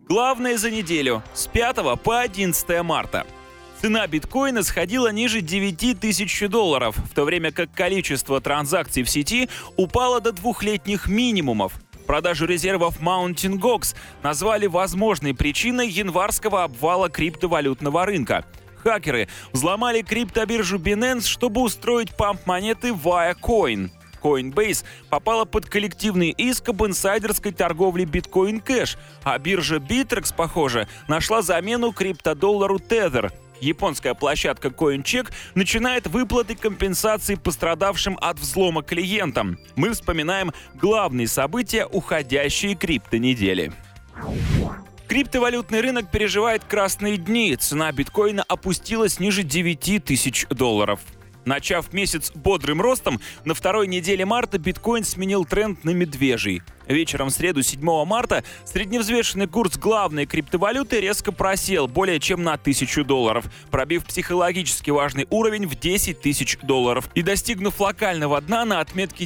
Главное за неделю с 5 по 11 марта. Цена биткоина сходила ниже $9000, в то время как количество транзакций в сети упало до двухлетних минимумов. Продажу резервов Mt. Gox назвали возможной причиной январского обвала криптовалютного рынка. Хакеры взломали криптобиржу Binance, чтобы устроить памп монеты Viacoin. Coinbase попала под коллективный иск об инсайдерской торговле Bitcoin Cash, а биржа Bittrex, похоже, нашла замену криптодоллару Tether. Японская площадка CoinCheck начинает выплаты компенсаций пострадавшим от взлома клиентам. Мы вспоминаем главные события уходящей криптонедели. Криптовалютный рынок переживает красные дни. Цена биткоина опустилась ниже $9000. Начав месяц бодрым ростом, на второй неделе марта биткоин сменил тренд на медвежий. Вечером в среду 7 марта средневзвешенный курс главной криптовалюты резко просел более чем на $1000, пробив психологически важный уровень в $10 000 и достигнув локального дна на отметке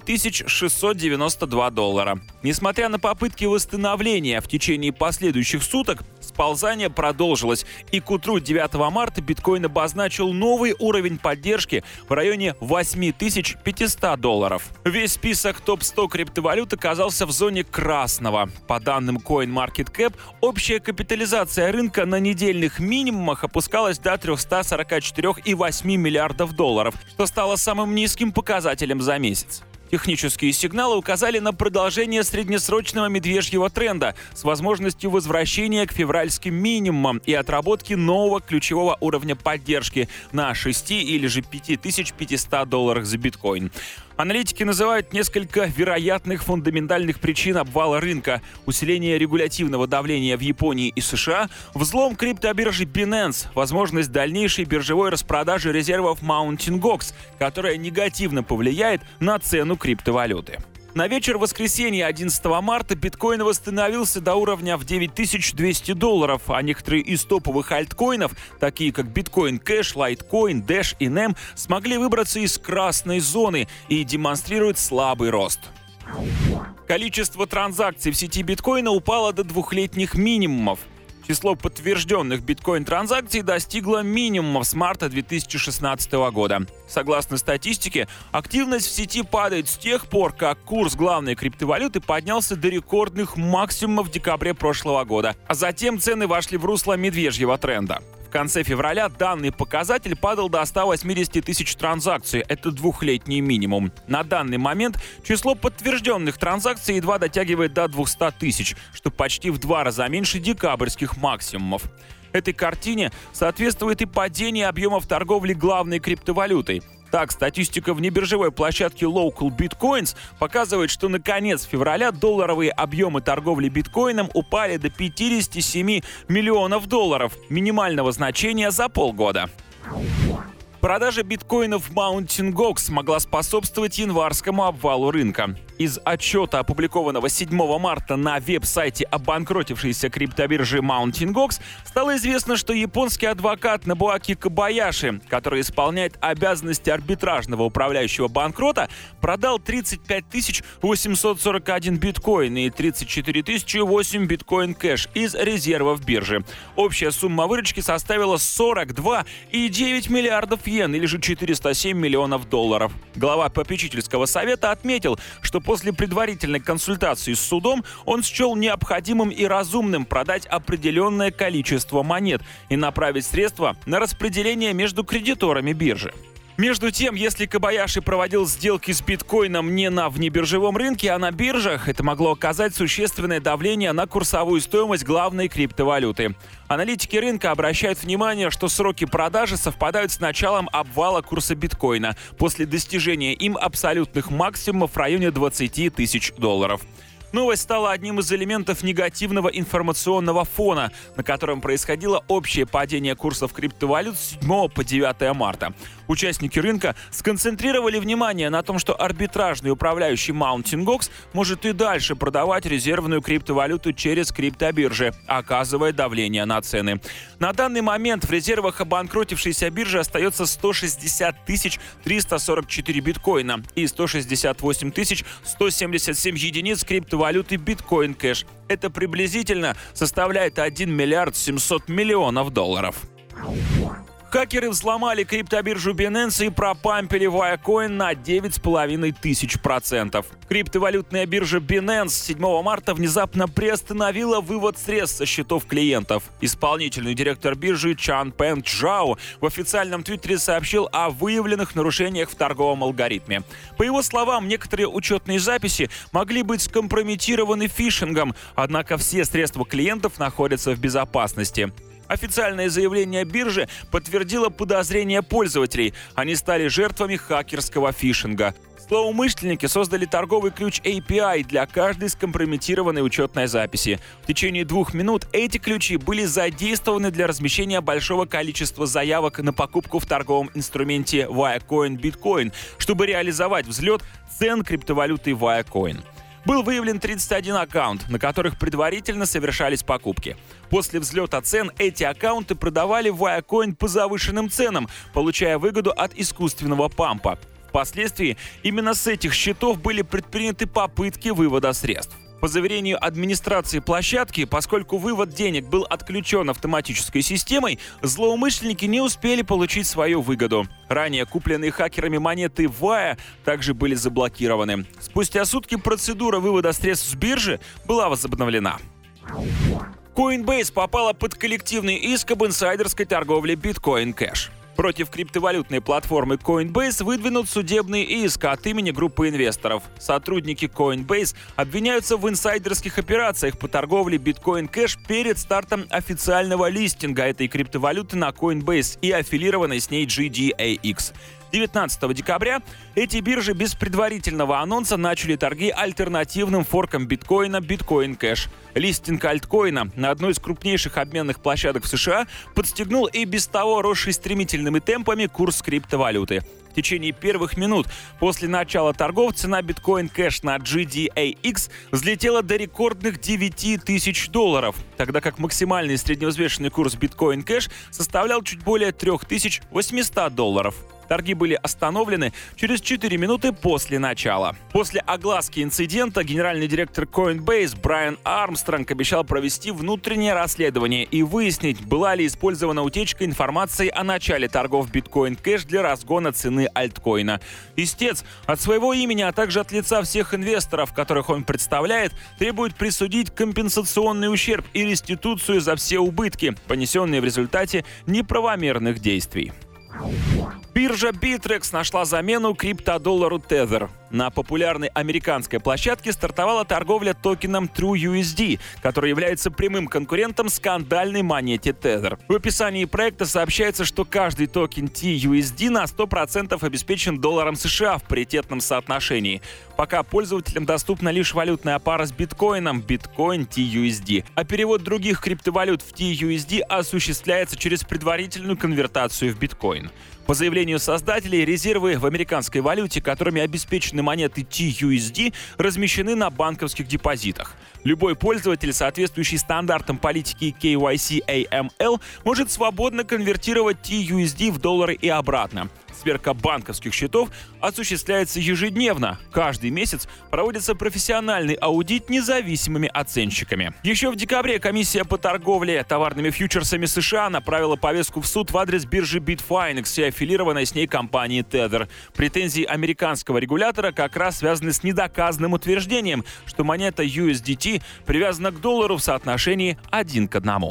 $9692. Несмотря на попытки восстановления в течение последующих суток, сползание продолжилось, и к утру 9 марта биткоин обозначил новый уровень поддержки в районе $8500. Весь список топ-100 криптовалют оказался в зоне красного. По данным CoinMarketCap, общая капитализация рынка на недельных минимумах опускалась до $344,8 миллиардов, что стало самым низким показателем за месяц. Технические сигналы указали на продолжение среднесрочного медвежьего тренда с возможностью возвращения к февральским минимумам и отработки нового ключевого уровня поддержки на $6 или же $5500 за биткоин. Аналитики называют несколько вероятных фундаментальных причин обвала рынка: усиление регулятивного давления в Японии и США, взлом криптобиржи Binance, возможность дальнейшей биржевой распродажи резервов Mt. Gox, которая негативно повлияет на цену криптовалюты. На вечер воскресенья 11 марта биткоин восстановился до уровня в $9200, а некоторые из топовых альткоинов, такие как Bitcoin Cash, Litecoin, Dash и NEM, смогли выбраться из красной зоны и демонстрируют слабый рост. Количество транзакций в сети биткоина упало до двухлетних минимумов. Число подтвержденных биткоин-транзакций достигло минимума с марта 2016 года. Согласно статистике, активность в сети падает с тех пор, как курс главной криптовалюты поднялся до рекордных максимумов в декабре прошлого года, а затем цены вошли в русло медвежьего тренда. В конце февраля данный показатель падал до 180 тысяч транзакций, это двухлетний минимум. На данный момент число подтвержденных транзакций едва дотягивает до 200 тысяч, что почти в 2 раза меньше декабрьских максимумов. Этой картине соответствует и падение объемов торговли главной криптовалютой. Так, статистика внебиржевой площадки Local Bitcoins показывает, что на конец февраля долларовые объемы торговли биткоином упали до $57 миллионов, минимального значения за полгода. Продажа биткоинов Mt. Gox могла способствовать январскому обвалу рынка. Из отчета, опубликованного 7 марта на веб-сайте обанкротившейся криптобиржи Mt. Gox, стало известно, что японский адвокат Нобуаки Кобаяши, который исполняет обязанности арбитражного управляющего банкрота, продал 35 841 биткоин и 34 008 биткоин кэш из резервов биржи. Общая сумма выручки составила 42,9 миллиардов йен, или же $407 миллионов. Глава попечительского совета отметил, что после предварительной консультации с судом он счел необходимым и разумным продать определенное количество монет и направить средства на распределение между кредиторами биржи. Между тем, если Кобаяши проводил сделки с биткоином не на внебиржевом рынке, а на биржах, это могло оказать существенное давление на курсовую стоимость главной криптовалюты. Аналитики рынка обращают внимание, что сроки продажи совпадают с началом обвала курса биткоина после достижения им абсолютных максимумов в районе $20 000. Новость стала одним из элементов негативного информационного фона, на котором происходило общее падение курсов криптовалют с 7 по 9 марта. Участники рынка сконцентрировали внимание на том, что арбитражный управляющий Mt. Gox может и дальше продавать резервную криптовалюту через криптобиржи, оказывая давление на цены. На данный момент в резервах обанкротившейся биржи остается 160 344 биткоина и 168 177 единиц криптовалют криптовалюты Bitcoin Cash. Это приблизительно составляет 1 миллиард 700 миллионов долларов. Хакеры взломали криптобиржу Binance и пропампили Viacoin на 9500%. Криптовалютная биржа Binance 7 марта внезапно приостановила вывод средств со счетов клиентов. Исполнительный директор биржи Чан Пен Чжао в официальном твиттере сообщил о выявленных нарушениях в торговом алгоритме. По его словам, некоторые учетные записи могли быть скомпрометированы фишингом, однако все средства клиентов находятся в безопасности. Официальное заявление биржи подтвердило подозрения пользователей. Они стали жертвами хакерского фишинга. Злоумышленники создали торговый ключ API для каждой скомпрометированной учетной записи. В течение 2 минут эти ключи были задействованы для размещения большого количества заявок на покупку в торговом инструменте Viacoin Bitcoin, чтобы реализовать взлет цен криптовалюты Viacoin. Был выявлен 31 аккаунт, на которых предварительно совершались покупки. После взлета цен эти аккаунты продавали Viacoin по завышенным ценам, получая выгоду от искусственного пампа. Впоследствии именно с этих счетов были предприняты попытки вывода средств. По заверению администрации площадки, поскольку вывод денег был отключен автоматической системой, злоумышленники не успели получить свою выгоду. Ранее купленные хакерами монеты VIA также были заблокированы. Спустя сутки процедура вывода средств с биржи была возобновлена. Coinbase попала под коллективный иск об инсайдерской торговле Bitcoin Cash. Против криптовалютной платформы Coinbase выдвинут судебный иск от имени группы инвесторов. Сотрудники Coinbase обвиняются в инсайдерских операциях по торговле Bitcoin Cash перед стартом официального листинга этой криптовалюты на Coinbase и аффилированной с ней GDAX. 19 декабря эти биржи без предварительного анонса начали торги альтернативным форком биткоина Bitcoin Cash. Листинг альткоина на одной из крупнейших обменных площадок в США подстегнул и без того росший стремительными темпами курс криптовалюты. В течение первых минут после начала торгов цена Bitcoin Cash на GDAX взлетела до рекордных $9000, тогда как максимальный средневзвешенный курс Bitcoin Cash составлял чуть более $3800. Торги были остановлены через 4 минуты после начала. После огласки инцидента генеральный директор Coinbase Брайан Армстронг обещал провести внутреннее расследование и выяснить, была ли использована утечка информации о начале торгов Bitcoin Cash для разгона цены альткоина. Истец от своего имени, а также от лица всех инвесторов, которых он представляет, требует присудить компенсационный ущерб и реституцию за все убытки, понесенные в результате неправомерных действий. Биржа Bittrex нашла замену криптодоллару Tether. На популярной американской площадке стартовала торговля токеном TrueUSD, который является прямым конкурентом скандальной монете Tether. В описании проекта сообщается, что каждый токен TUSD на 100% обеспечен долларом США в паритетном соотношении. Пока пользователям доступна лишь валютная пара с биткоином Bitcoin TUSD, а перевод других криптовалют в TUSD осуществляется через предварительную конвертацию в биткоин. По заявлению создателей, резервы в американской валюте, которыми обеспечены монеты TUSD, размещены на банковских депозитах. Любой пользователь, соответствующий стандартам политики KYC-AML, может свободно конвертировать TUSD в доллары и обратно. Сверка банковских счетов осуществляется ежедневно. Каждый месяц проводится профессиональный аудит независимыми оценщиками. Еще в декабре комиссия по торговле товарными фьючерсами США направила повестку в суд в адрес биржи Bitfinex и аффилированной с ней компании Tether. Претензии американского регулятора как раз связаны с недоказанным утверждением, что монета USDT привязана к доллару в соотношении 1 к 1.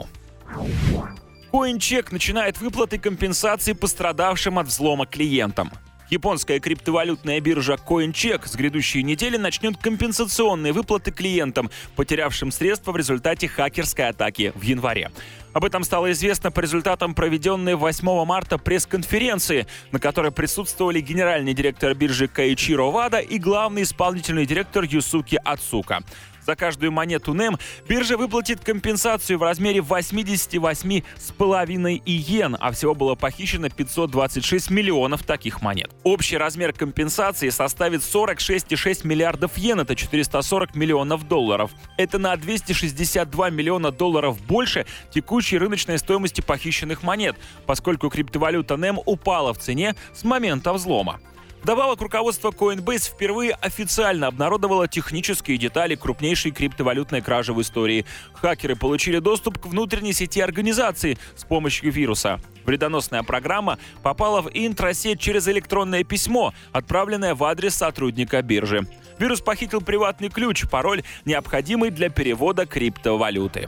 CoinCheck начинает выплаты компенсации пострадавшим от взлома клиентам. Японская криптовалютная биржа CoinCheck с грядущей недели начнет компенсационные выплаты клиентам, потерявшим средства в результате хакерской атаки в январе. Об этом стало известно по результатам проведенной 8 марта пресс-конференции, на которой присутствовали генеральный директор биржи Кэйчиро Вада и главный исполнительный директор Юсуки Ацука. За каждую монету NEM биржа выплатит компенсацию в размере 88,5 иен, а всего было похищено 526 миллионов таких монет. Общий размер компенсации составит 46,6 миллиардов йен, это 440 миллионов долларов. Это на 262 миллиона долларов больше текущей рыночной стоимости похищенных монет, поскольку криптовалюта NEM упала в цене с момента взлома. Вдобавок, руководство Coinbase впервые официально обнародовало технические детали крупнейшей криптовалютной кражи в истории. Хакеры получили доступ к внутренней сети организации с помощью вируса. Вредоносная программа попала в интрасеть через электронное письмо, отправленное в адрес сотрудника биржи. Вирус похитил приватный ключ, пароль, необходимый для перевода криптовалюты.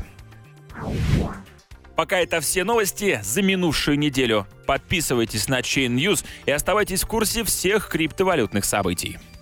Пока это все новости за минувшую неделю. Подписывайтесь на Chain News и оставайтесь в курсе всех криптовалютных событий.